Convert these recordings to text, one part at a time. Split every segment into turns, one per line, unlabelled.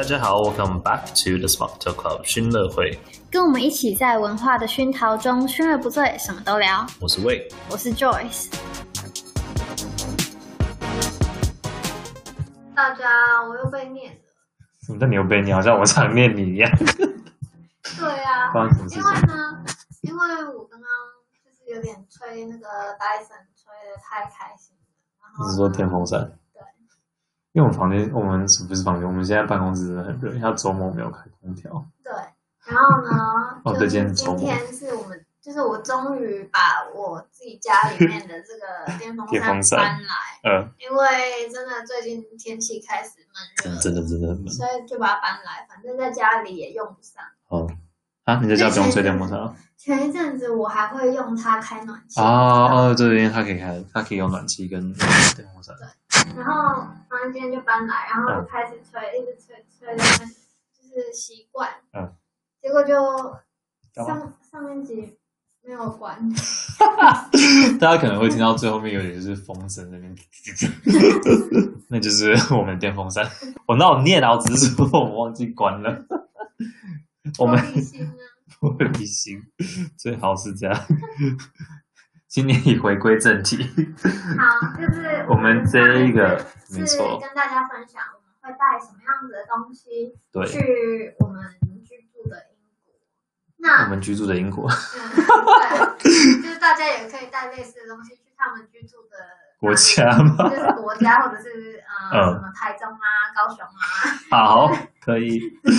家好 ，Welcome back to the Smart Talk Club 熏乐会，
跟我们一起在文化的熏陶中，熏而不醉，什么都聊。
我是魏，
我是 Joyce。大家，我又被念了。
什么叫你又被念？好像我常念你一样。
对啊，因为呢，因为我刚刚就是有点吹那个 Dyson 吹得太开心了，然后
你是说电风扇？
对。
因为我们不是房间，我们现在办公室真的很热，它周末没有开空调。
对，然后呢，
对，
今天是我们，就是我终于把我自己家里面的这个电风扇搬来，因为真的最近天气开始闷热，
真的很闷，
所以就把它搬来，反正在家里也用不上。
哦，啊，你在家不用吹电风扇啊？
前一阵子我还会用它开暖气。
对，因为它可以用暖气跟电风扇。
对。然后今天就搬来，然后就开始吹，一直吹到就是习惯。结果就上面集没有关。
大家可能会听到最后面有点就是风声那边，那就是我们的电风扇。我哪有念啊？我只是说我们忘记关了。我们玻璃心，最好是这样。今年已回归正题。
好，就是
我们这一个没错，
跟大家分享我们会带什么样子的东西去我们居住的英国。那
我们居住的英国，
对，就是大家也可以带类似的东西去他们居住的
国家吗？
就是国家或者是什么台中啊、高雄啊。
好，可以。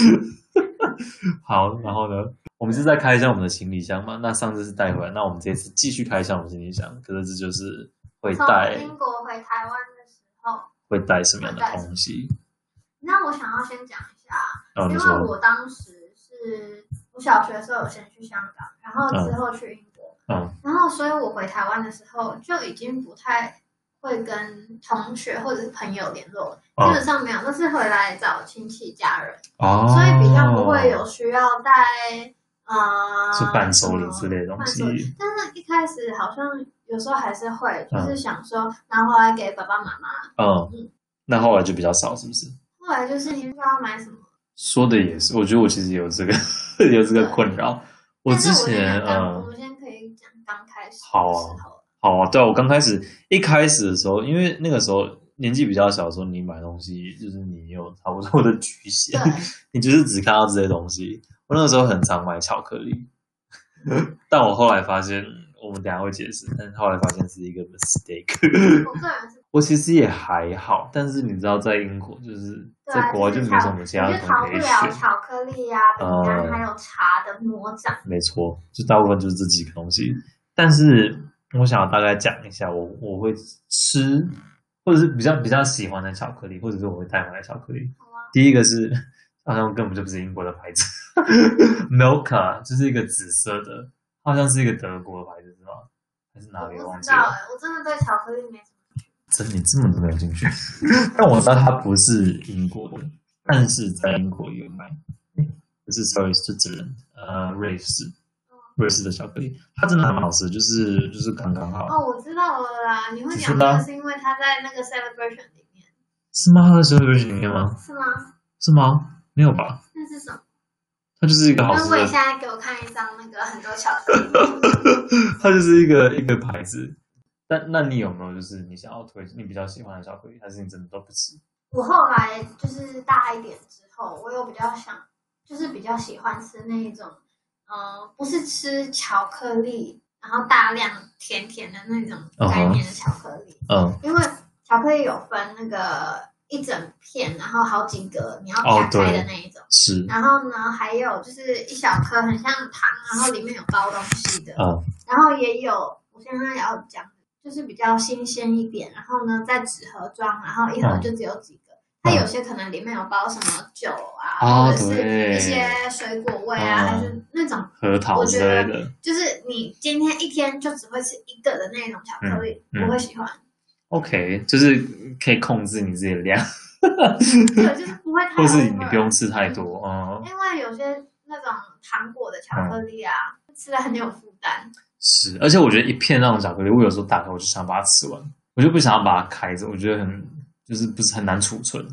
好，然后呢？我们是在开箱我们的行李箱嘛？那上次是带回来，那我们这次继续开箱我们行李箱。可是这就是会带
从英国回台湾的时候
会带什么样的东西？
那我想要先讲一下，因为我当时是我小学的时候有先去香港，然后之后去英国，然后所以我回台湾的时候就已经不太会跟同学或者是朋友联络，基本上没有，都是回来找亲戚家人，所以比较不会有需要带
是伴手礼之类的东西。
但是一开始好像有时候还是会，就是想说拿回来给爸爸妈妈。
那后来就比较少，是不是？
后来就是你不知道买什么。
说的也是，我觉得我其实有这个困扰。我之前
我们先可以讲刚开始的时候。
好啊，对啊，我一开始的时候，因为那个时候年纪比较小的时候，你买东西就是你有差不多的局限，你就是只看到这些东西。我那个时候很常买巧克力，但我后来发现，我们等一下会解释，但后来发现是一个 mistake。我其实也还好，但是你知道，在英国就是在国外就没什么其他的东西可以选，
逃不了巧克力啊、饼干还有茶的魔掌。
没错，就大部分就是这几个东西。但是我想要大概讲一下，我会吃或者是比较喜欢的巧克力，或者是我会带回来巧克力。第一个是好像根本就不是英国的牌子，Milka 就是一个紫色的，好像是一个德国的牌子，是吗？还是哪里忘记了？
我真的对巧克力没什么兴趣。
真你这么都没有兴趣？但我知道它不是英国的，但是在英国有卖。这是 Switzerland， 瑞士的巧克力，它真的很好吃，就是刚刚好。
我知道了啦，你会讲的是因为它在那个 Celebration 里面。
是吗？它在 Celebration 里面吗？
是吗？
是吗？没有吧？
那是什么？
它就是一个好吃的。
因为你现在给我看一张那个很多巧克力。
它就是一个牌子。那你有没有就是你想要你比较喜欢的巧克力，还是你真的都不吃？
我后来就是大一点之后，我有比较喜欢吃那一种，不是吃巧克力，然后大量甜甜的那种概念的巧克力。因为巧克力有分那个一整片，然后好几个你要打开的那一种。
是。
然后呢，还有就是一小颗很像糖，然后里面有包东西的。然后也有，我现在要讲，就是比较新鲜一点，然后呢在纸盒装，然后一盒就只有几个。它有些可能里面有包什么酒啊，或者是一些水果味啊，还是那种
核桃之类的。
就是你今天一天就只会吃一个的那种巧克力，我会喜欢。
OK， 就是可以控制你自己的量。
对，就是不会太，
或是你不用吃太多。
因为有些那种糖果的巧克力啊，吃了很有负担。
是，而且我觉得一片那种巧克力，我有时候打开我就想把它吃完，我就不想要把它开着，我觉得就是不是很难储存。
对，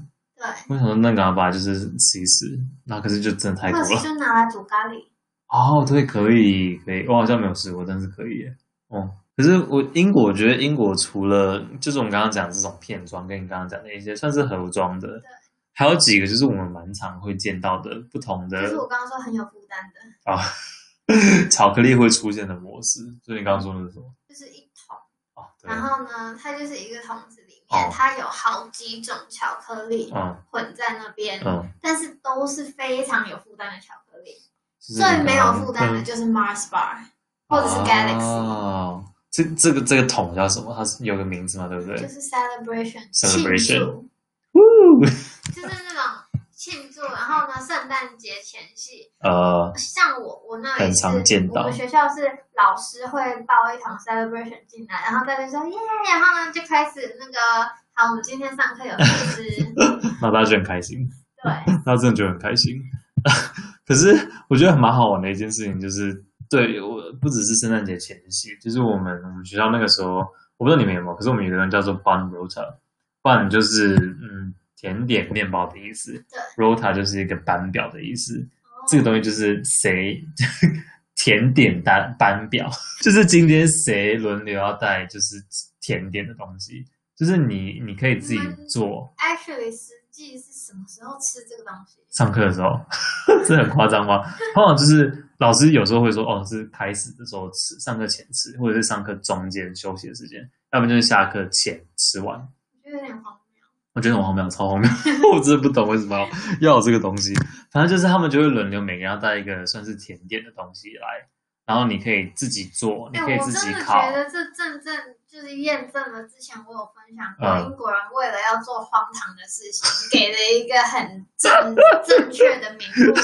对，
我想说那个阿爸就是吃一吃，然后可是就真的太多了。
就拿来煮咖喱。
哦，对，可以，我好像没有试过，但是可以耶。哦，可是我觉得英国除了就是我们刚刚讲这种片装，跟你刚刚讲的一些算是盒装的，还有几个就是我们蛮常会见到的不同的，
就是我刚刚说很有负担的
啊，巧克力会出现的模式。所以你刚刚说的是什么？
就是一桶，
对，
然后呢，它就是一个桶子里面，它有好几种巧克力混在那边，但是都是非常有负担的巧克力。最没有负担的就是 Mars Bar 或者是 Galaxy。
这个桶叫什么？它是有个名字嘛，对不对？
就是 Celebration
庆祝，
就是那种庆祝。然后呢，圣诞节前夕，像我那里
很常见到，
我们学校是老师会抱一桶 Celebration 进来，然后大家说耶，然后呢就开始那个好，我们今天上课有吃，
那大家就很开心。
对，
那真的就很开心。可是我觉得蛮好玩的一件事情就是，对我不只是圣诞节前夕，就是我们学校那个时候，我不知道你们有没有，可是我们有个人叫做 bun rota，bun 就是甜点面包的意思，对 ，rota 就是一个班表的意思，这个东西就是谁甜点班表，就是今天谁轮流要带就是甜点的东西，就是你可以自己做。
Actually 实际是什么时候吃这个东西？
上课的时候，这很夸张吗？通常就是老师有时候会说，是开始的时候吃，上课前吃，或者是上课中间休息的时间，要不然就是下课前吃完。
我觉得有点荒谬。
我觉得很荒谬，超荒谬，我真的不懂为什么要有这个东西。反正就是他们就会轮流，每个人要带一个算是甜点的东西来，然后你可以自己做，你可以自己烤。
我真的觉得这正就是验证了之前我有分享过，英国人为了要做荒唐的事情，给了一个很正确的名目。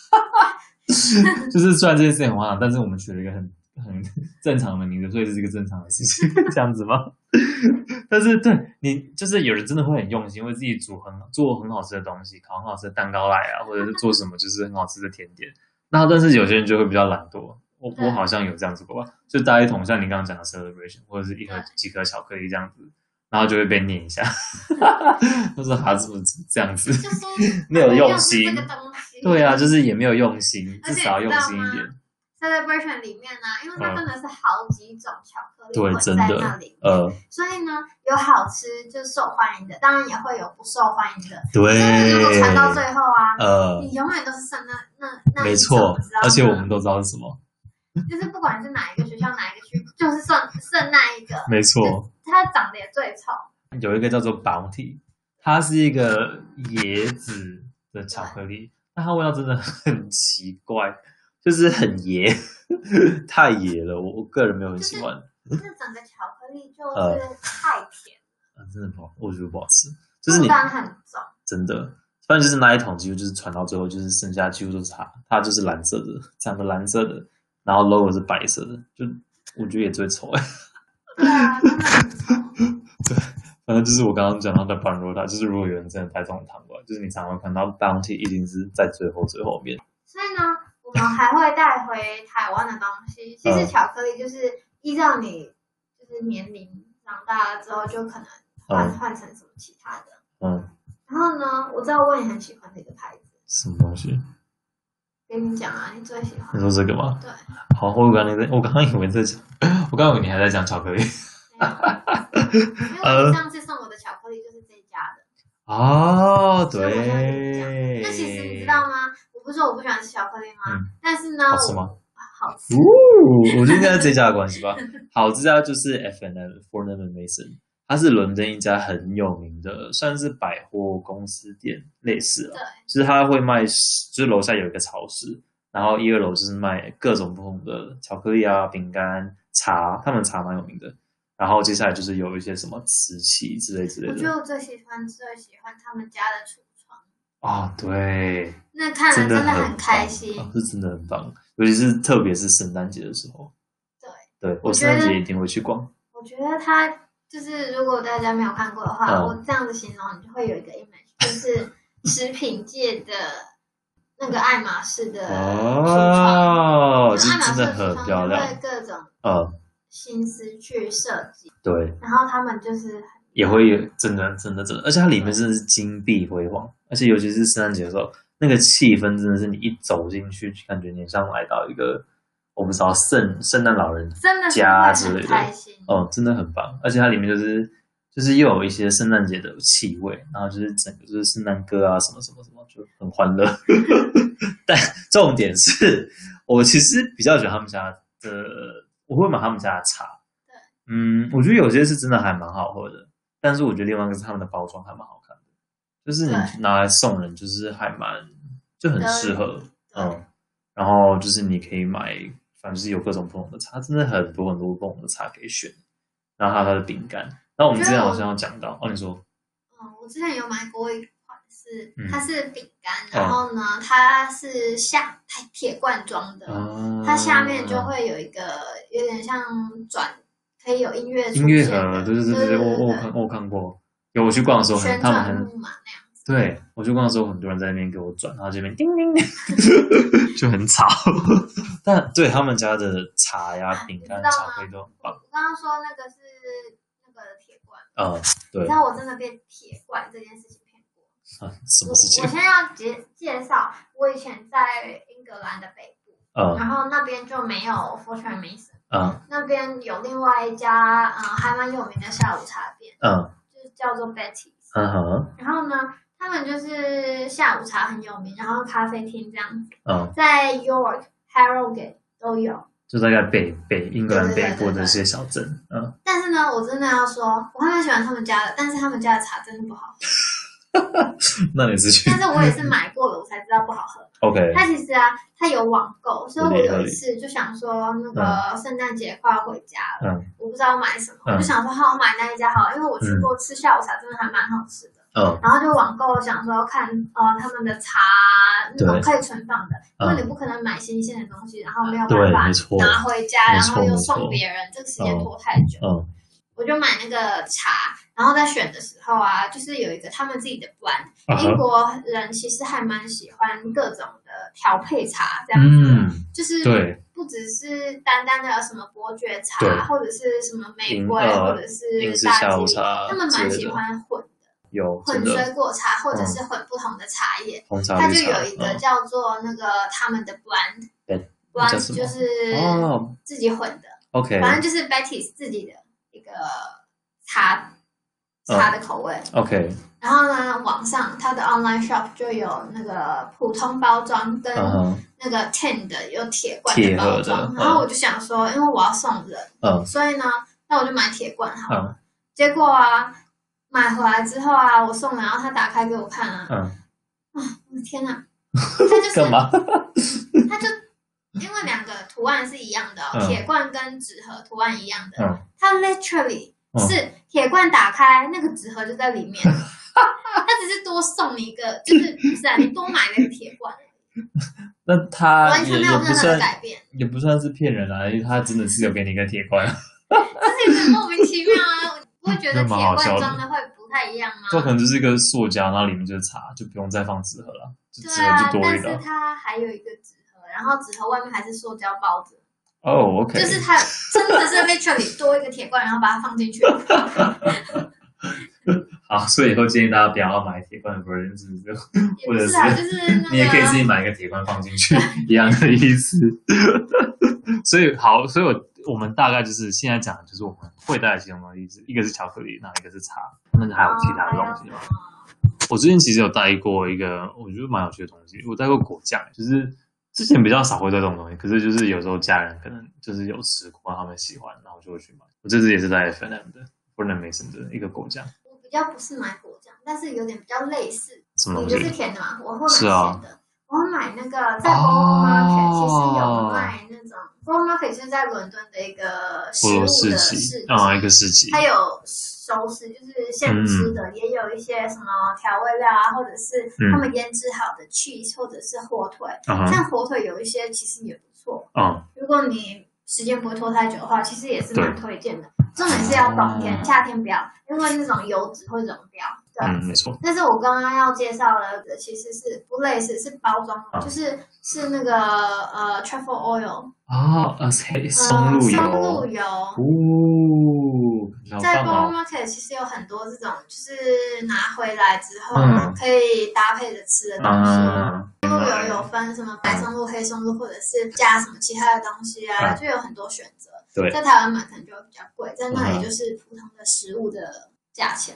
就是虽然这件事情很荒唐，但是我们取了一个很正常的名字，所以这是一个正常的事情，这样子吗？但是对你就是有人真的会很用心，会自己做很好吃的东西，烤很好吃的蛋糕来啊，或者是做什么就是很好吃的甜点。那但是有些人就会比较懒惰。我好像有这样子过吧，就带一桶像你刚刚讲的 celebration， 或者是几颗巧克力这样子，然后就会被念一下，他说他怎么这样子，没有用心，对啊，就是也没有用心，至少要用心一点。
celebration 里面呢，因为它真的是好几种巧克力混在那里面，所以呢，有好吃就受欢迎的，当然也会有不受欢迎的。
对，
所以如果传到最后啊，你永远都是剩那
没错，而且我们都知道是什么。
就是不管是哪一个学校哪一个区，就是剩那一个，
没错，
它长得也最丑。
有一个叫做 Bounty， 它是一个椰子的巧克力，那它味道真的很奇怪，就是很椰，太椰了，我个人没有很喜欢。
那整个巧克力就是太甜了，
真的不好，我觉得不好吃，就是
负担很重，
真的。反正就是那一桶几乎就是传到最后，就是剩下几乎都是它就是蓝色的，长得蓝色的。然后 logo 是白色的，就我觉得也最丑
对啊，真的很丑。
对，反正就是我刚刚讲到的 bun rota， 就是如果有人真的带这种糖过来，就是你常常会看到 bounty 一定是在最后面。
所以呢，我们还会带回台湾的东西。其实巧克力就是依照你就是年龄长大了之后，就可能换成什么其他的。然后呢，我知道我也很喜欢这个牌子。
什么东西？
跟你讲啊，你最喜欢？
你说这个吗？
对。
好，我刚刚以为在讲，我刚刚以为你还在讲巧克力。
因为你上次送我的巧克力就是这家的。
哦，对。
那其实你知道吗？我不是说我不喜欢吃巧克力吗？但是呢，
好吃吗？
好吃。
我觉得应该是这家的关系吧。好，这家就是 F&M Fortnum & Mason。它是伦敦一家很有名的，算是百货公司店类似了。就是它会卖，就是楼下有一个超市，然后1、2楼就是卖各种不同的巧克力啊、饼干、茶，他们茶蛮有名的。然后接下来就是有一些什么瓷器之类的。
我觉得我最喜欢他们家的橱窗。
啊，对，
那看了真的很开心，
是真的很棒，尤其是特别是圣诞节的时候。对，我圣诞节一定会去逛。
我觉得它。就是如果大家没有看过的话，我这样子形容，你就会有一个 image， 就是食品界的那个爱马仕的橱窗，
是真的很漂亮，
会各种心思去设计，
对，
然后他们就是
也会真的，而且它里面真的是金碧辉煌， 而且尤其是圣诞节的时候，那个气氛真的是你一走进去，感觉你像来到一个我不知道圣诞老人家之类的，哦，真的很棒。而且它里面就是又有一些圣诞节的气味，然后就是整个就是圣诞歌啊什么什么什么，就很欢乐。但重点是我其实比较喜欢他们家的，我会买他们家的茶。我觉得有些是真的还蛮好喝的，但是我觉得另外一个是他们的包装还蛮好看的，就是你拿来送人，就是还蛮就很适合，然后就是你可以买，反正就是有各种不同的茶，真的很多很多不同的茶可以选，然后还有它的饼干。然后我们之前好像有讲到，你说，
我之前有买过一款是，它是饼干，然后呢，它是铁罐装的，它下面就会有一个有点像可以有音乐盒，
对，我看过，有我去逛的时候，他们很
木马那样子。
对，我去逛的时候，很多人在那边给我转，然后这边叮叮叮，就很吵。但对他们家的茶呀、饼干、巧克力都很棒。
我刚刚说那个是那个铁罐，
对。
你知道我真的被铁罐这件事情骗过。
什么事情？
我现在要介绍，我以前在英格兰的北部，然后那边就没有 Fortune Mason。那边有另外一家还蛮有名的下午茶店，就是叫做 Betty's。然后呢，他们就是下午茶很有名，然后咖啡厅这样子，在 York、Harrogate 都有，
就大概英格兰北部的这些小镇。
但是呢，我真的要说，我还蛮喜欢他们家的，但是他们家的茶真的不好喝。
那你是去？
但是我也是买过了，我才知道不好喝。
OK。
它其实它有网购，所以我有一次就想说，那个圣诞节快要回家了，我不知道买什么，我就想说好，我买那一家好了，因为我去过吃下午茶，真的还蛮好吃的。然后就网购想说看他们的茶那种可以存放的，因为你不可能买新鲜的东西，然后没有办法拿回家，然后又送别人，这个时间拖太久。我就买那个茶，然后在选的时候啊，就是有一个他们自己的 blend。英国人其实还蛮喜欢各种的调配茶，这样子，就是不只是单单的什么伯爵茶，或者是什么玫瑰，或者是大吉，他们蛮喜欢混的，混水果茶或者是混不同的茶叶。它就有一个叫做那个他们的 blend 就是自己混的。
OK，
反正就是 Betty's 自己的一个茶的口味。
OK。
然后呢，网上它的 online shop 就有那个普通包装跟那个 tin 的有铁罐的包装。然后我就想说，因为我要送人，所以呢，那我就买铁罐好了。结果啊，买回来之后啊，我送人，然后他打开给我看啊，我的天哪，他就是
干嘛？
他就因为两个图案是一样的，铁罐跟纸盒图案一样的，它 literally 是铁罐打开，那个纸盒就在里面。他只是多送你一个，就是不是啊？你多买那个铁罐。
那他
完全没有任何的改变，
也不算是骗人啊，因为他真的是有给你一个铁罐。
但是也莫名其妙啊！不会觉得铁罐装的会不太一样吗？
这可能就是一个塑胶，然后里面就是茶，就不用再放纸盒了。
对啊，但是它还有一个纸盒，然后纸盒外面还是塑胶包着。
OK，
就是它真的是 literally 多一个铁罐，然后把它放进去。
好，所以以后建议大家不要买铁罐的 version， 是不是？或者是你也可以自己买一个铁罐放进去，一样的意思。所以我们大概就是现在讲的就是我们会带的几种东西，一个是巧克力，然后一个是茶，那还有其他的东西吗？我最近其实有带过一个我觉得蛮有趣的东西，我带过果酱，就是之前比较少会带这种东西，可是就是有时候家人可能就是有吃过，他们喜欢，然后就会去买。我这次也是带 F&M 的 Fortnum Mason 的一个果酱。
我比较不是买果酱，但是有点比较类似。
什么东西？
你就是甜的嘛？我会买甜的。我会买那个在 Borough Market， 其实有卖那种 Borough Market 就是在伦敦的一个食物的市集，
一个市集。
它有熟食，就是现吃的，也有一些什么调味料啊，或者是他们腌制好的 cheese， 或者是火腿。像火腿有一些其实也不错。如果你时间不会拖太久的话，其实也是蛮推荐的。重点是要冬天，夏天不要，因为那种油脂会溶掉。
没错。
但是我刚刚要介绍的其实是不类似，是包装的，是那个truffle oil。松露油。 在 Borough Market 其实有很多这种，就是拿回来之后可以搭配着吃的东西。路有分什么白松露、黑松露，或者是加什么其他的东西啊，就有很多选择。
对，
在台湾买可能就会比较贵，在那里就是普通的食物的价钱。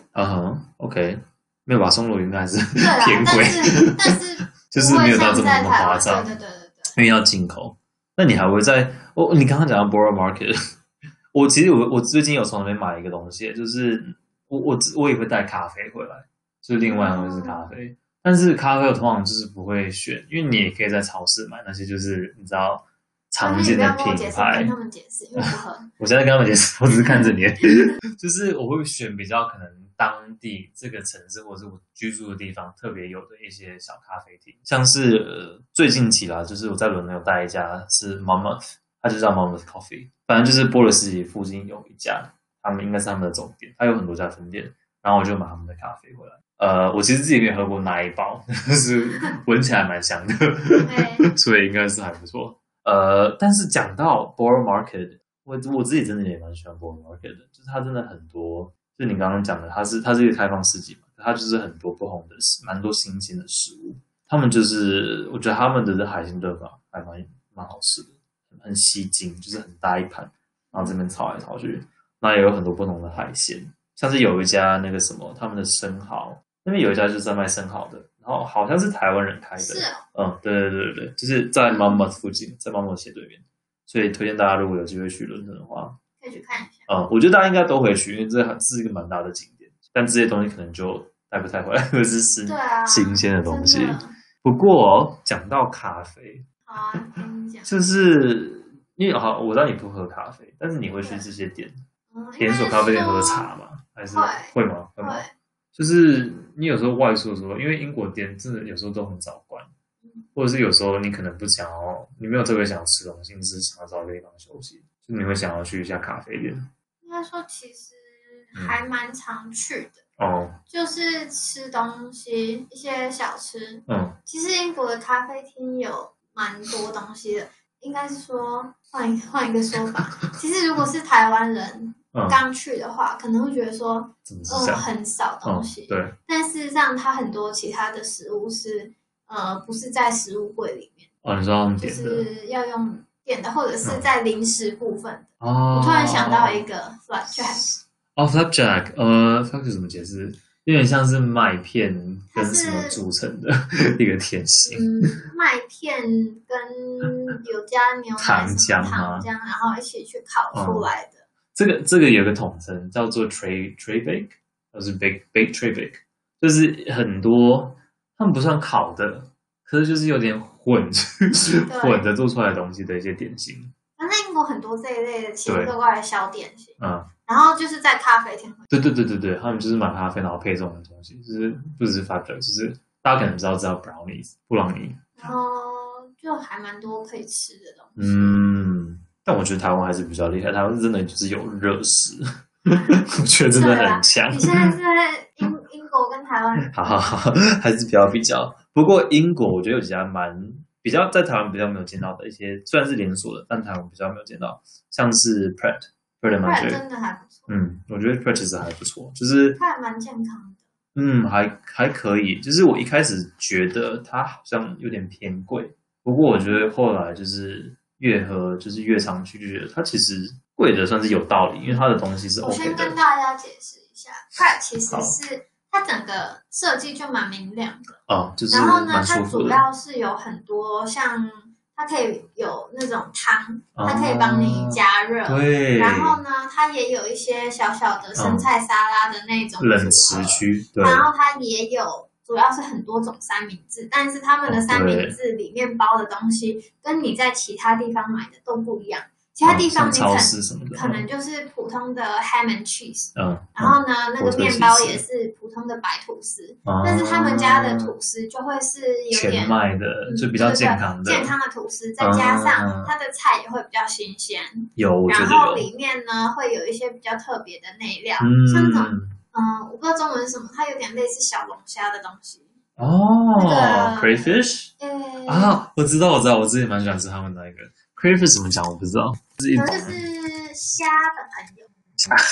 OK， 没有吧？松露应该还是
偏贵，但是
就是没有到这么夸张。
对，
因为要进口。那你还会在你刚刚讲到 Borough Market， 其实我最近有从那边买一个东西，就是我也会带咖啡回来，就是另外一个就是咖啡。但是咖啡我通常就是不会选，因为你也可以在超市买那些就是你知道常见的品牌。
跟他们解释，因为我不喝。
我现在跟他们解释，我只是看着你。就是我会选比较可能当地这个城市或者是我居住的地方特别有的一些小咖啡厅，像是最近期啦，就是我在伦敦有带一家是 Monmouth， 它就叫 Monmouth Coffee， 反正就是波罗斯基附近有一家，他们应该是他们的总店，它有很多家分店，然后我就买他们的咖啡回来。我其实自己没有喝过那一包，但是闻起来蛮香的，所以应该是还不错。但是讲到 Borough Market， 我自己真的也蛮喜欢 Borough Market 的，就是它真的很多，就是你刚刚讲的，它是一个开放市集嘛，它就是很多不同的蛮多新鲜的食物。他们就是我觉得他们的海鲜炖饭还蛮好吃的，很吸睛，就是很大一盘，然后这边炒来炒去，那也有很多不同的海鲜，像是有一家那个什么他们的生蚝。那边有一家就是在卖生蚝的，然后好像是台湾人开的。
是
对，就是在 Monmouth 附近，在 Monmouth 斜对面，所以推荐大家如果有机会去伦敦的话，
可以去看一下。
我觉得大家应该都会去，因为这是一个蛮大的景点，但这些东西可能就带不太回来，或者是新鲜的东西。不过讲到咖啡，
好啊，跟你讲，
就是因为我知道你不喝咖啡，但是你会去这些店，连锁咖啡店喝茶吗？还是会吗？会吗？就是你有时候外出的时候，因为英国店真的有时候都很早关，或者是有时候你可能不想要，你没有特别想要吃东西，你只是想要找一个地方休息，就你会想要去一下咖啡店。
应该说其实还蛮常去的就是吃东西，一些小吃。其实英国的咖啡厅有蛮多东西的，应该是说换一个说法，其实如果是台湾人。刚去的话，可能会觉得说，很少东西。
对。
但事实上，它很多其他的食物是，不是在食物柜里面。
你说他们点的，
就是要用点的，或者是在零食部分的。我突然想到一个 flapjack。
flapjack，flapjack 怎么解释？有点像是麦片跟什么组成的一个甜心。
麦片跟有加牛奶、糖浆，然后一起去烤出来的。
这个有个统称叫做 tray bake， 或是 bake tray bake， 就是很多他们不算烤的，可是就是有点混的做出来的东西的一些点心。
那英国很多这一类的奇奇怪怪的小点心，然后就是在咖啡厅。
对，他们就是买咖啡然后配这种东西，就是不只是 flapjack， 就是大家可能知道 brownies 布朗尼，
然后就还蛮多可以吃的东西。
但我觉得台湾还是比较厉害，台湾真的就是有热食，我觉得真的很强。
你现在是在英国跟台湾？
好，还是比较。不过英国我觉得有几家比较在台湾比较没有见到的一些，虽然是连锁的，但台湾比较没有见到，像是 Pret
真的还不错。
我觉得 Pret 其实还不错，就是
它还蛮健康的。
还可以。就是我一开始觉得它好像有点偏贵，不过我觉得后来就是越喝就是越常去，就觉得它其实贵的算是有道理，因为它的东西是 OK 的。
我先跟大家解释一下 ，Pret 其实是它整个设计就蛮明亮的
就是
然后呢，它主要是有很多像它可以有那种汤，它可以帮你加热，
对。
然后呢，它也有一些小小的生菜沙拉的那种
冷食区，对。
然后它也有。主要是很多种三明治，但是他们的三明治里面包的东西跟你在其他地方买的都不一样。其他地方你可能就是普通的 ham and cheese，然后呢，那个面包也是普通的白吐司，但是他们家的吐司就会是有点
全麦的，就比较健康的
吐司，再加上它的菜也会比较新鲜，然后里面呢会有一些比较特别的内料，像那种我不知道中文是什么，它有点类似小龙虾的东西。
crayfish？ 我知道，我之前蛮喜欢吃他们那个 crayfish 怎么讲我不知道，
就是虾的朋友。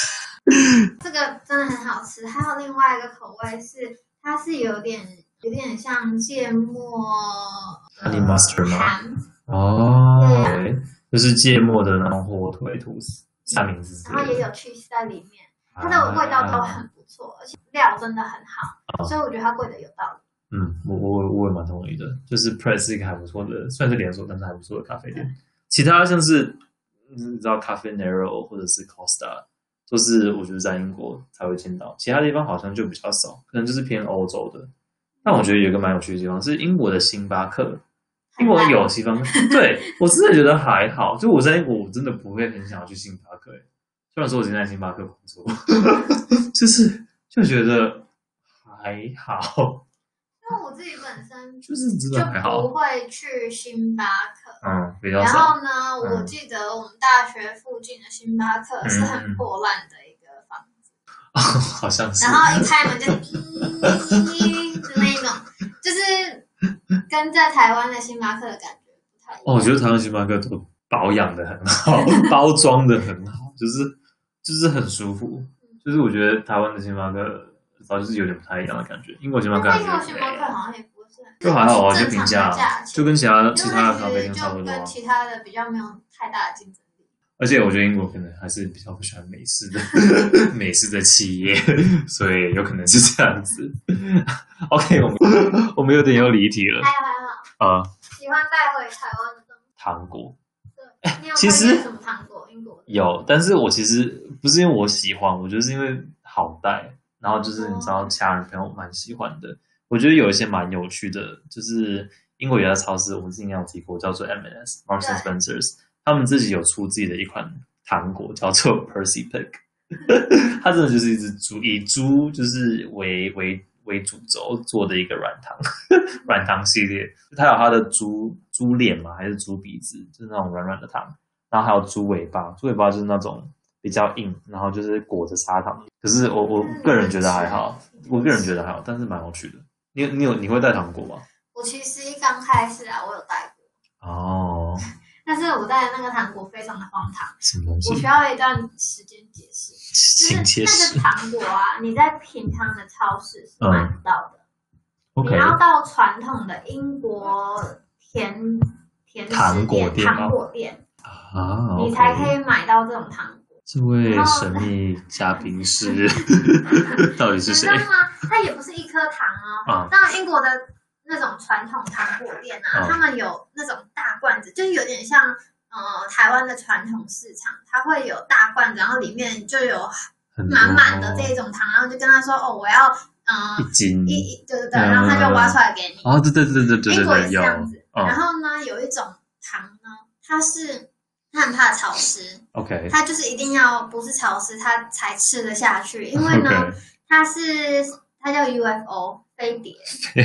这个真的很好吃。还有另外一个口味是，它是有点像芥末
，honey mustard 吗？
ham，
对，就是芥末的那种火腿吐司三明治，
然后也有 cheese 在里面，它的味道都很不错，而且料真的很好，所以我觉得它贵的有道理。
我也蛮同意的，就是 Press 是一个还不错的，算是连锁，但是还不错的咖啡店。其他像是你知道 Cafe Nero 或者是 Costa， 都是我觉得在英国才会见到，其他地方好像就比较少，可能就是偏欧洲的。但我觉得有一个蛮有趣的地方是英国的星巴克，英国有西方，对我真的觉得还好。就我在英国，我真的不会很想要去星巴克，虽然说我今天在星巴克工作，就觉得还好。
因为我自己本身
就是真的还好，
就不会去星巴克，
比较少。
然后呢，我记得我们大学附近的星巴克是很破烂的一个房子，
好像是。
然后一开门就的那一种，就是跟在台湾的星巴克的感觉不太一样。
我觉得台湾星巴克都保养的很好，包装的很好，就是很舒服。就是我觉得台湾的星巴克。就是有点不太一样的感觉。英国星巴克好像
也不是，
就还好啊，就平价，就跟其他的咖啡店差不多。
跟其他的比较没有太大的竞争力。
而且我觉得英国可能还是比较不喜欢美式的企业，所以有可能是这样子。OK， 我们有点又离题了。
还有喜欢带回台湾的东西。
糖果。
对，你有推荐什么糖果？英国
有，但是我其实不是因为我喜欢，我觉得是因为好带。然后就是你知道，家人朋友蛮喜欢的。我觉得有一些蛮有趣的，就是英国有家超市，我们之前有提过，叫做 M&S（Marks and Spencer's）， 他们自己有出自己的一款糖果，叫做 Percy Pig。它真的就是以猪就是为主轴做的一个软糖系列。它有它的猪脸嘛，还是猪鼻子，就是那种软软的糖。然后还有猪尾巴就是那种。比较硬，然后就是裹着砂糖。可是我个人觉得还好，但是蛮有趣的。你会带糖果吗？
我其实刚开始我有带过哦，但是我带的那个糖果非常的荒唐。
什么东西？
我需要一段时间解释。就是那个糖果你在平常的超市是买不到的。你要到传统的英国甜
糖果
店你才可以买到这种糖果。
这位神秘嘉宾是到底是谁？
你知道吗？它也不是一颗糖哦。当然，英国的那种传统糖果店他们有那种大罐子，就是有点像台湾的传统市场，它会有大罐子，然后里面就有满满的这种糖，然后就跟他说我要
一斤，
对，然后他就挖出来给你。
对，
英国也是这样子。然后呢，有一种糖呢，它很怕潮湿
，OK，
它就是一定要不是潮湿，它才吃得下去。因为呢，它叫 UFO 飞碟。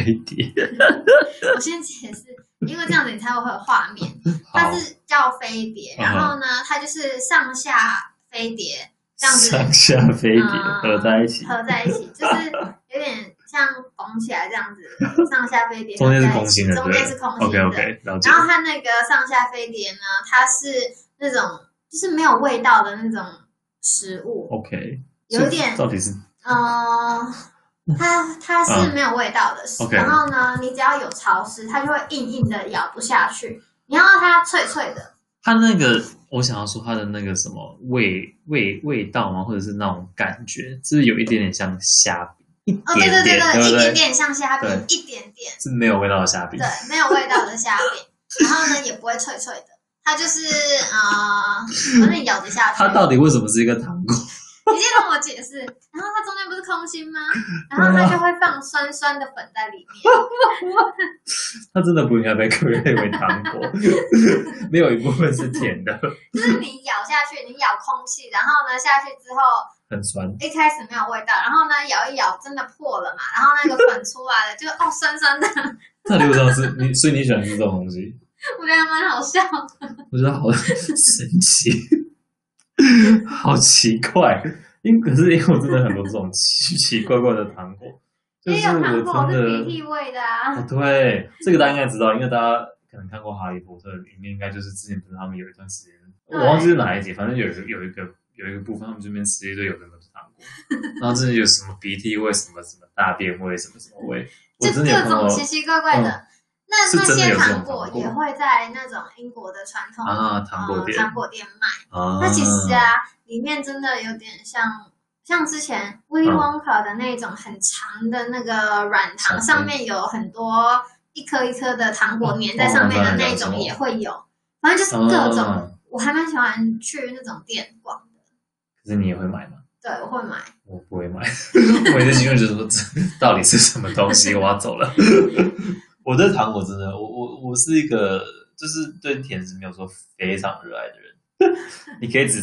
我先解释，因为这样子你才会有画面。它是叫飞碟，然后呢，它就是上下飞碟这样子，
上下飞碟合在一起，
就是有点像拱起来这样子，上下飞碟，
中间是空心的，
中间是空心的。
OK， 了解。
然后它那个上下飞碟呢，它是那种就是没有味道的那种食物。
OK，
有点
到底是
它是没有味道的食物。然后呢，你只要有潮湿，它就会硬硬的咬不下去。你要它脆脆的。
它那个我想要说它的那个什么味道吗？或者是那种感觉，是有一点点像虾饼。
对，一点点像虾饼，一点点
是没有味道的虾饼，
对，没有味道的虾饼，然后呢也不会脆脆的，它就是反正咬得下去。
它到底为什么是一个糖果？
你先让我解释。然后它中间不是空心吗？然后它就会放酸酸的粉在里面。
它真的不应该被归类为糖果，没有一部分是甜的。
就是你咬下去，你咬空气，然后呢下去之后。
很酸，
一开始没有味道，然后呢咬一咬真的破了嘛，然后那个粉出来了，就酸酸的。
到底为什么是你？所以你喜欢吃这种东西？
我觉得蛮好笑的。
我觉得好神奇，好奇怪。可是因为我真的很多这种奇奇怪怪的糖果，
就是我真的鼻涕味的
对，这个大家应该知道，因为大家可能看过《哈利波特》，里面应该就是之前不是他们有一段时间，我忘记是哪一集，反正有有一个部分，他们这边吃一堆有的没的糖果，然后真的有什么鼻涕味、什么大便味、什么味，
就各种奇奇怪怪的。那些糖果也会在那种英国的传统
糖果
店卖。那其实里面真的有点像之前 Willy Wonka 的那种很长的那个软糖，上面有很多一颗一颗的糖果粘在上面的那种也会有，反正就是各种。我还蛮喜欢去那种店逛的。
可是你也会买吗？
对，我会买。我
不会买，我一直心里就是说，到底是什么东西？我要走了。我对糖果真的，我是一个就是对甜食没有说非常热爱的人。你可以只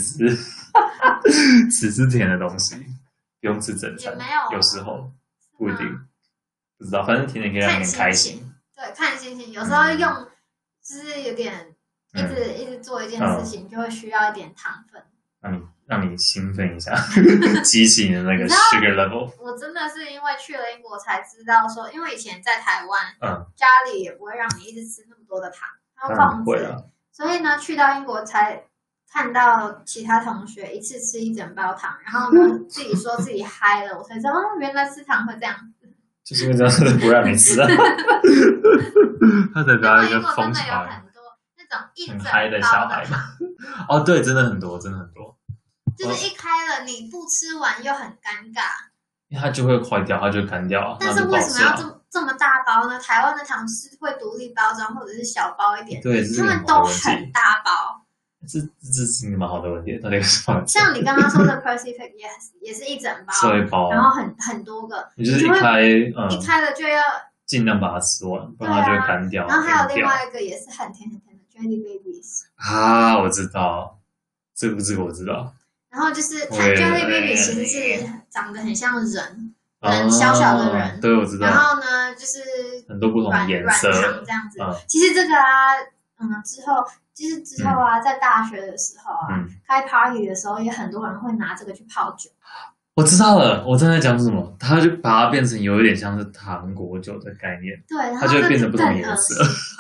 吃甜的东西，不用吃整餐。有时候不一定，不知道，反正甜点可以让你开心。
对，看心情。有时候用就是有点一直做一件事情，就会需要一点糖分，
让你兴奋一下，激起你的那个 sugar level。
我真的是因为去了英国才知道说，因为以前在台湾，家里也不会让你一直吃那么多的糖，还有放置，所以呢，去到英国才看到其他同学一次吃一整包糖，然后呢自己说自己嗨了，我才知道原来吃糖会这样子。
就是因为这样子不让你吃啊，他代表一个风潮。
有很多那种一整包
很嗨的小孩嘛。哦，对，真的很多，真的很多。
就是一开了，你不吃完又很尴尬，
因为它就会坏掉，它就会干掉。
但是为什么要这么大包呢？台湾的糖是会独立包装，或者是小包一点，
对，
他们都很大包。
这是一个蛮好的问题，到底是什么？
像你刚刚说的 Pacific 也是一整包，然后很多个，
你就是一
开了就要
尽量把它吃完，不然它就会干掉。
然后还有另外一个也是很甜的 Jelly Babies
啊，我知道，这个我知道。
然后就是 Jelly Baby 其实是长得很像人，小小的人，
对，我知道。
然后呢，就是
很多不同的颜色，
软糖这样子。其实这个之后在大学的时候开 party 的时候，也很多人会拿这个去泡酒。
我知道了，我正在讲什么，他就把它变成有一点像是糖果酒的概念，
对，
它就会变成不同颜色。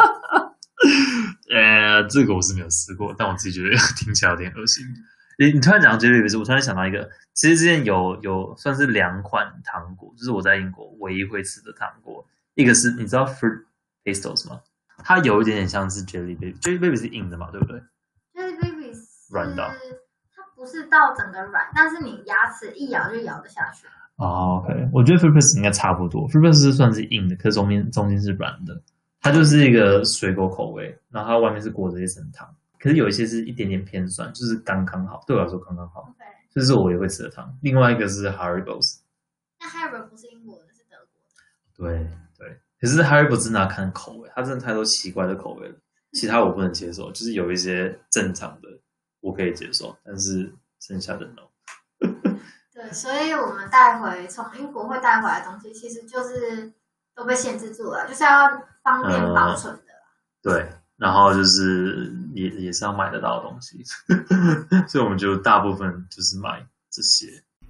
这个我是没有试过，但我自己觉得听起来有点恶心。你突然讲到 Jelly Baby，我突然想到一个，其实之前有算是2款糖果，就是我在英国唯一会吃的糖果，一个是你知道 Fruit Pastels 吗？它有一点点像是 Jelly Baby，Jelly Baby 是硬的嘛，对不对
？Jelly Baby 是
软的，
它不是到整个软，但是你牙齿一咬就咬得下去。
哦 ，OK， 我觉得 Fruit Pastels 应该差不多 ，Fruit Pastels 算是硬的，可是中间是软的，它就是一个水果口味，然后它外面是裹着一层糖。可是有一些是一点点偏酸，就是刚刚好，对我来说刚刚好。这是我也会吃的糖。另外一个是 Haribo，
那 Haribo 不是英国的，是德
国的。对，可是 Haribo 真的要看口味，它真的太多奇怪的口味了。其他我不能接受，就是有一些正常的我可以接受，但是剩下的 no。
对，所以我们从英国会带回来的东西，其实就是都被限制住了，就是要方便保存的。
对。然后就是也是要买得到的东西，所以我们就大部分就是买这些。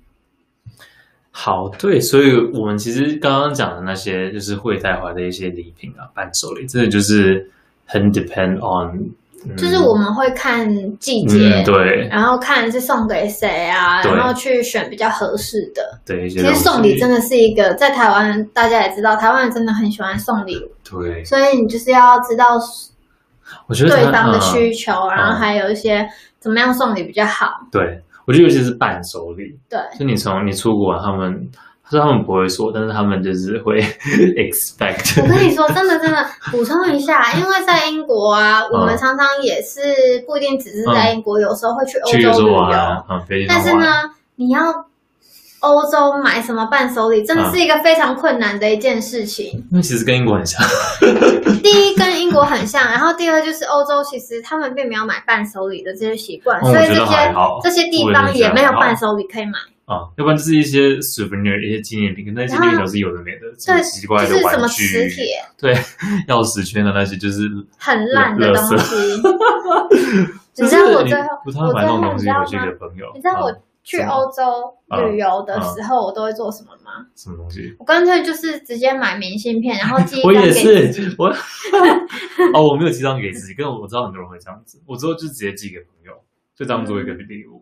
好，对，所以我们其实刚刚讲的那些就是会带回来的一些礼品啊，伴手礼，真的就是很 depend on，
就是我们会看季节，
对，
然后看是送给谁啊，然后去选比较合适的。
对，
其实送礼真的是一个，在台湾大家也知道，台湾人真的很喜欢送礼物，
对，
所以你就是要知道。
我觉得
对方的需求，然后还有一些怎么样送礼比较好。
对，我觉得尤其是伴手礼。
对，
就你出国，他们不会说，但是他们就是会 expect。
我跟你说，真的补充一下，因为在英国我们常常也是不一定只是在英国，有时候会去欧洲旅游。但是呢，你要欧洲买什么伴手礼，真的是一个非常困难的一件事情。
因为其实跟英国很像。
第一，跟英国很像，然后第二就是欧洲其实他们并没有买伴手礼的这些习惯，所以这些地方也没有伴手礼可以买。
要不然就是一些 souvenir 一些纪念品，跟那些纪念品都是有的没的，
对，
奇怪的
就是什么
玩具、
磁铁，
对，钥匙圈的那些就是
很烂的东西。
你
知道我最后
不太买那种东西回去给朋友。
你知道我去欧洲旅游的时候，我都会做什么吗？
什么东西？
我干脆就是直接买明信片，然后寄一
张
给自己。
我没有寄张给自己，可是我知道很多人会这样子。我之后就直接寄给朋友，就当做一个礼物。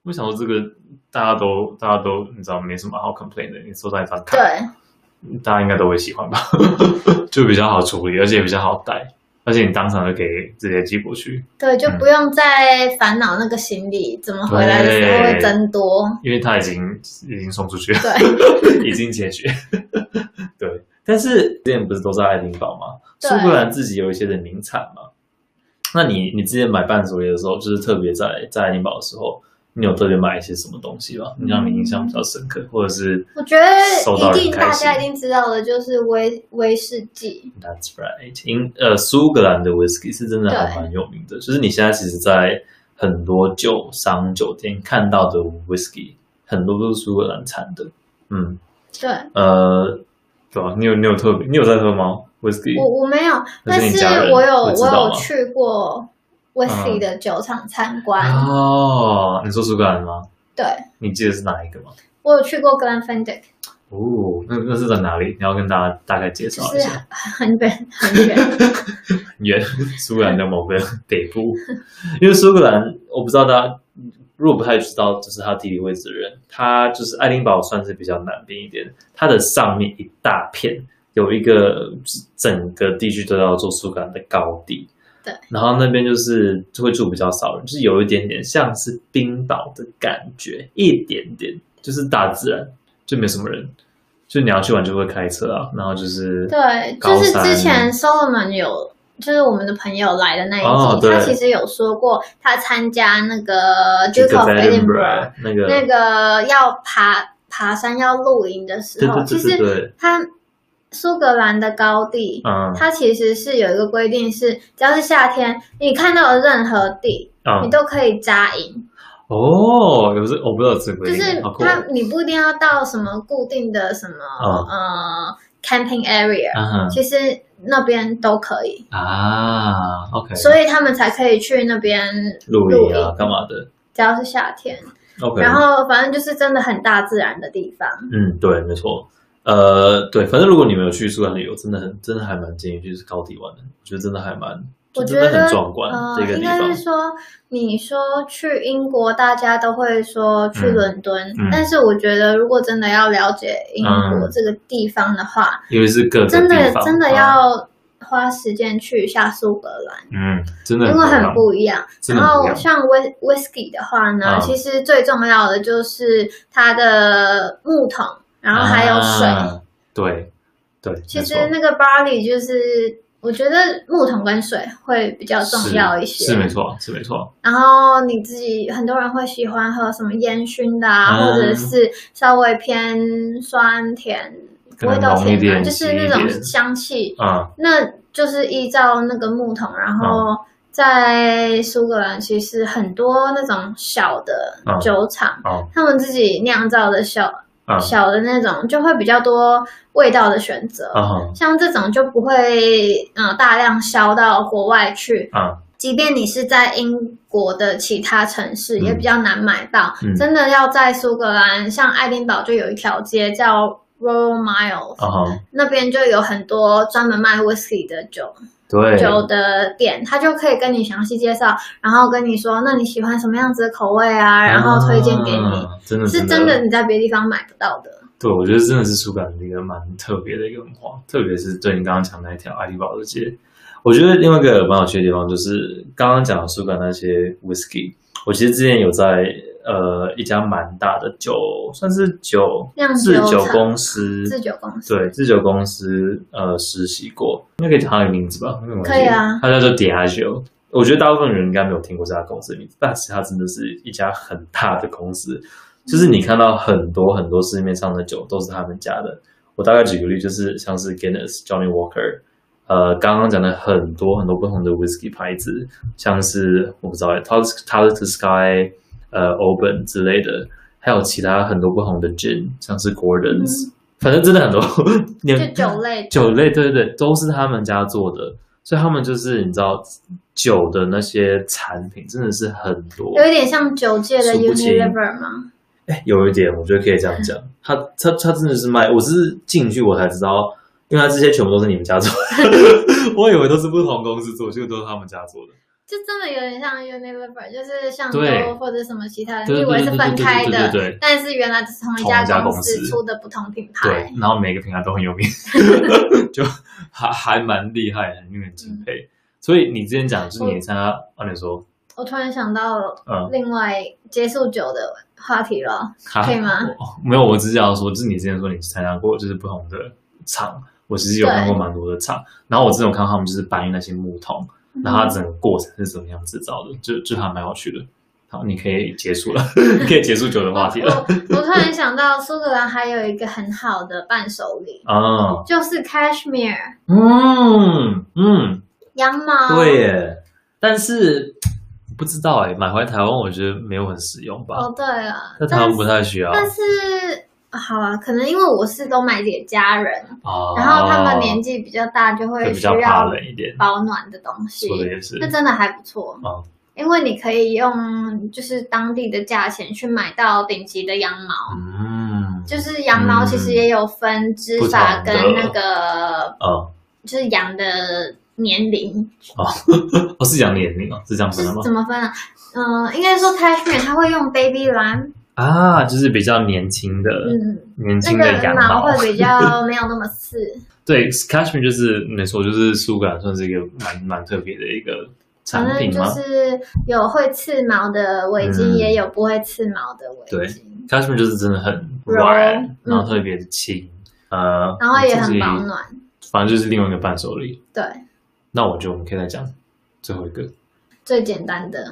我想说这个大家都你知道没什么好 complain 的，你收在一张卡，
对，
大家应该都会喜欢吧，就比较好处理，而且比较好带。而且你当场就可以直接寄过去，
对，就不用再烦恼那个行李怎么回来的时候会增多，
因为它已经送出去了，
对，
已经解决。对，但是之前不是都在爱丁堡吗？苏格兰自己有一些的名产嘛。那你之前买伴手礼的时候，就是特别在爱丁堡的时候，你有特别买一些什么东西吗？你让你印象比较深刻，或者是
我觉得大家一定知道的就是威士忌。
That's right。苏格兰的 whisky 是真的还蛮有名的，就是你现在其实，在很多酒商酒店看到的 whisky， 很多都是苏格兰产的。嗯，
对。
对吧？你有在喝吗 ？whisky？
我没有，但是我有去过。whisky 的酒厂参观
哦，你说苏格兰吗？
对，
你记得是哪一个吗？
我有去过 Glenfiddich。
哦，那是在哪里？你要跟大家大概介绍一下。
很远，
苏格兰的某个北部。因为苏格兰，我不知道大家如果不太知道，就是它地理位置的人，它就是爱丁堡算是比较南边一点，它的上面一大片有一个整个地区都要做苏格兰的高地。
对，
然后那边就会住比较少人，就是有一点点像是冰岛的感觉，一点点就是大自然，就没什么人，就你要去玩就会开车啊，然后就是
对，就是之前 Solomon 就是我们的朋友来的那一集，他其实有说过他参加那个 Duke of Edinburgh 那个要爬山要露营的时候，其实他。苏格兰的高地，它其实是有一个规定是，只要是夏天，你看到的任何地，你都可以扎营。
哦，我不知道这个规定，
就是你不一定要到什么固定的什么camping area，其实那边都可以
啊。OK，
所以他们才可以去那边
露营啊，干嘛的？
只要是夏天。
OK，
然后反正就是真的很大自然的地方。
嗯，对，没错。对，反正如果你没有去苏格兰旅游，真的还蛮建议去高地玩的。我觉得真的还蛮，真的很壮观的一个地方。
应该是说，你说去英国，大家都会说去伦敦，但是我觉得如果真的要了解英国这个地方的话，
因为是各个地方，
真的要花时间去一下苏格兰。
真的，
因为很不一样。然后像 whisky 的话呢，其实最重要的就是它的木桶。然后还有水，
对，
其实那个 barley 就是，我觉得木桶跟水会比较重要一些，
是没错。
然后你自己很多人会喜欢喝什么烟熏的或者是稍微偏酸甜，不会到甜的，就是那种香气，那就是依照那个木桶，然后在苏格兰其实很多那种小的酒厂，他们自己酿造的小的那种就会比较多味道的选择，像这种就不会大量销到国外去，即便你是在英国的其他城市也比较难买到，真的要在苏格兰，像爱丁堡就有一条街叫 Royal Mile，那边就有很多专门卖 whisky 的酒的店，他就可以跟你详细介绍，然后跟你说，那你喜欢什么样子的口味啊？然后推荐给你，是真的你在别的地方买不到的。
对，我觉得真的是苏格兰的一个蛮特别的一个文化，特别是对你刚刚讲那一条爱丁堡的街。我觉得另外一个蛮有趣的地方就是刚刚讲的苏格兰那些 whisky， 我其实之前有在一家蛮大的算是制酒公司，对，制酒公司实习过，应该可以讲他的名字吧？
可以啊，
他叫做 Diageo。我觉得大部分人应该没有听过这家公司的名字，但是它真的是一家很大的公司，就是你看到很多市面上的酒都是他们家的。我大概举个例，就是像是 Guinness、Johnny Walker， 刚刚讲的很多不同的 whisky 牌子，像是我不知道 Talisker、Oban 之类的，还有其他很多不同的 gin， 像是 Gordon's，反正真的很多，就酒类，对，都是他们家做的，所以他们就是你知道酒的那些产品真的是很多，
有一点像酒界的 Unilever 吗？
有一点，我觉得可以这样讲。他真的是卖，我是进去我才知道，因为他这些全部都是你们家做的，我以为都是不同公司做，结果都是他们家做的。
就真的有点像 Unilever， 就是像Dove或者什么其他的，你以为是分开的，但是原来是同一家公司出的不同品牌。
对，然后每个品牌都很有名，就还蛮厉害，很令人敬佩。所以你之前讲就是你参加，你说，
我突然想到另外结束酒的话题了，可以吗？
没有，我只是要说，就是你之前说你参加过就是不同的厂，我其实有看过蛮多的厂，然后我之前有看到他们就是搬运那些木桶。那它整个过程是怎么样制造的？就还蛮有趣的。好，你可以结束了，你可以结束酒的话题了。
我突然想到，苏格兰还有一个很好的伴手礼就是 cashmere。羊毛。对
耶，但是不知道买回来台湾我觉得没有很实用吧。
对啊，
在台湾不太需要。
但是好啊，可能因为我是都买给家人，然后他们年纪比较大，就会需要保暖的东西。
说的也是，
那真的还不错。因为你可以用就是当地的价钱去买到顶级的羊毛。就是羊毛其实也有分织法跟那个就是羊的年龄。
是羊年龄是这样分的吗？
怎么分啊？应该说 cashmere 它会用 baby lamb。
就是比较年轻的，年轻的羊毛，
那个毛会比较没有那么刺。
对 ，cashmere 就是没错，就是苏格兰算是一个蛮特别的一个产品吗？
就是有会刺毛的围巾，也有不会刺毛的围巾。
对 ，cashmere 就是真的很软，然后特别的轻，
然后也很保暖。
反正就是另外一个伴手礼。
对，
那我觉得我们可以再讲最后一个
最简单的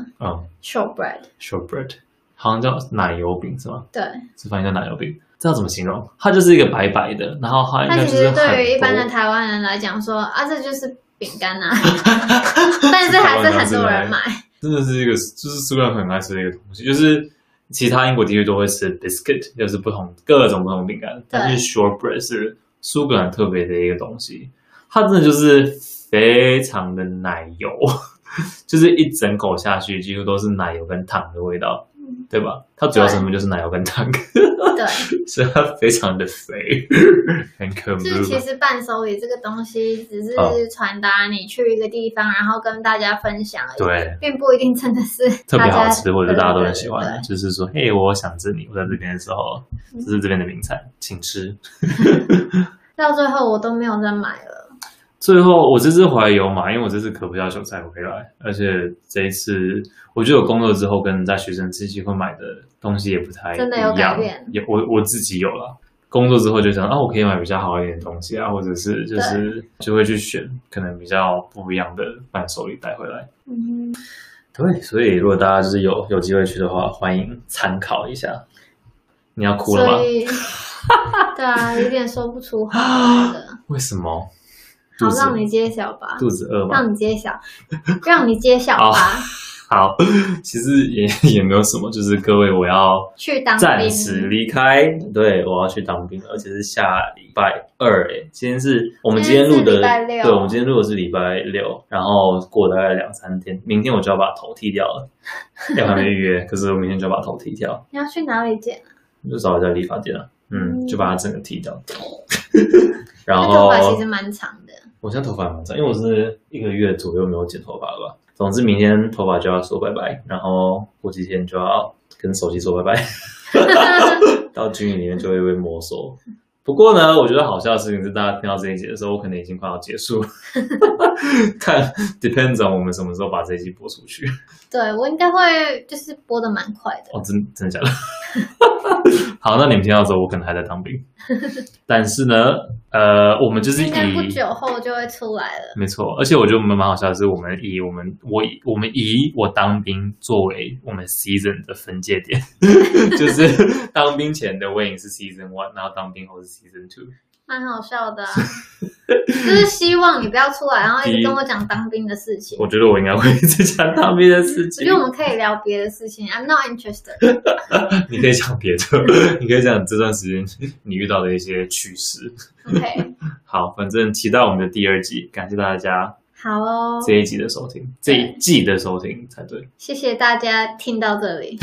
，shortbread。
好像叫奶油饼是吗？
对，
是翻译叫奶油饼。这要怎么形容？它就是一个白白的，然后它应该就是很多。
其实对于一般的台湾人来讲说这就是饼干啊，但是还是很多人买。
真的是一个，就是苏格兰很爱吃的一个东西，就是其他英国地区都会吃 biscuit， 就是各种不同饼干，但是 shortbread 是苏格兰特别的一个东西，它真的就是非常的奶油。就是一整口下去，几乎都是奶油跟糖的味道，对吧？它主要成分就是奶油跟糖，
对，
所以它非常的肥，很可
怕。就是其实伴手礼这个东西，只是传达你去一个地方，然后跟大家分享而已，
对，
并不一定真的是
特别好吃，或者大家都很喜欢。就是说，嘿，我想着你，我在这边的时候，这是这边的名产，请吃。
到最后我都没有再买了。
最后我这次回来有买，因为我这次咳不下去才回来，而且这一次我觉得我工作之后跟在学生时期会买的东西也不太一样，
真的有改变。
我自己有了，工作之后就想我可以买比较好一点的东西或者是就会去选可能比较不一样的伴手礼带回来。对，所以如果大家就是有机会去的话，欢迎参考一下。你要哭了吗？
对啊，有点说不出话了。
为什么？
好，让你揭晓吧。
肚子饿吗？
让你揭晓，让你揭晓吧。
好，其实也没有什么，就是各位，我要
去当兵，
暂时离开。对，我要去当兵，而且是下礼拜2。今天是我们今天录的，对，我们今天录的是礼拜6，然后过大概2-3天，明天我就要把头剃掉了。还没预约，可是我明天就要把头剃掉。
你要去哪里剪啊？
就找一家理发店啊。就把它整个剃掉。然后
头发其实蛮长的。
我现在头发蛮长，因为我是1个月左右没有剪头发了吧。总之明天头发就要说拜拜，然后过几天就要跟手机说拜拜。到军营里面就会被没收。不过呢，我觉得好笑的事情是，大家听到这一集的时候，我可能已经快要结束。看 depends on 我们什么时候把这一集播出去。
对，我应该会就是播的蛮快的。
真的假的？好，那你们听到之后，我可能还在当兵。但是呢，我们就是
应该不久后就会出来了。
没错，而且我觉得我们蛮好笑的是，我们以我当兵作为我们 season 的分界点，就是当兵前的Wayne是 season 1，然后当兵后是 season 2。
蛮好笑的就是希望你不要出来，然后一直跟我讲当兵的事情。
我觉得我应该会一直讲当兵的事情。
我觉得我们可以聊别的事情。I'm not interested 。
你可以讲别的，你可以讲这段时间你遇到的一些趣事。
OK，
好，反正期待我们的第2集，感谢大家。
好哦，
这一集的收听，这一季的收听才对。
谢谢大家听到这里。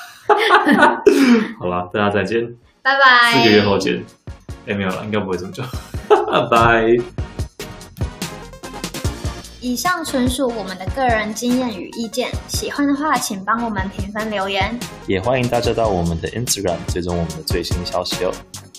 好啦，大家再见，
拜拜。
4个月后见。没有了，应该不会这么久。拜。
以上纯属我们的个人经验与意见，喜欢的话请帮我们评分留言，
也欢迎大家到我们的 Instagram 追踪我们的最新消息哦。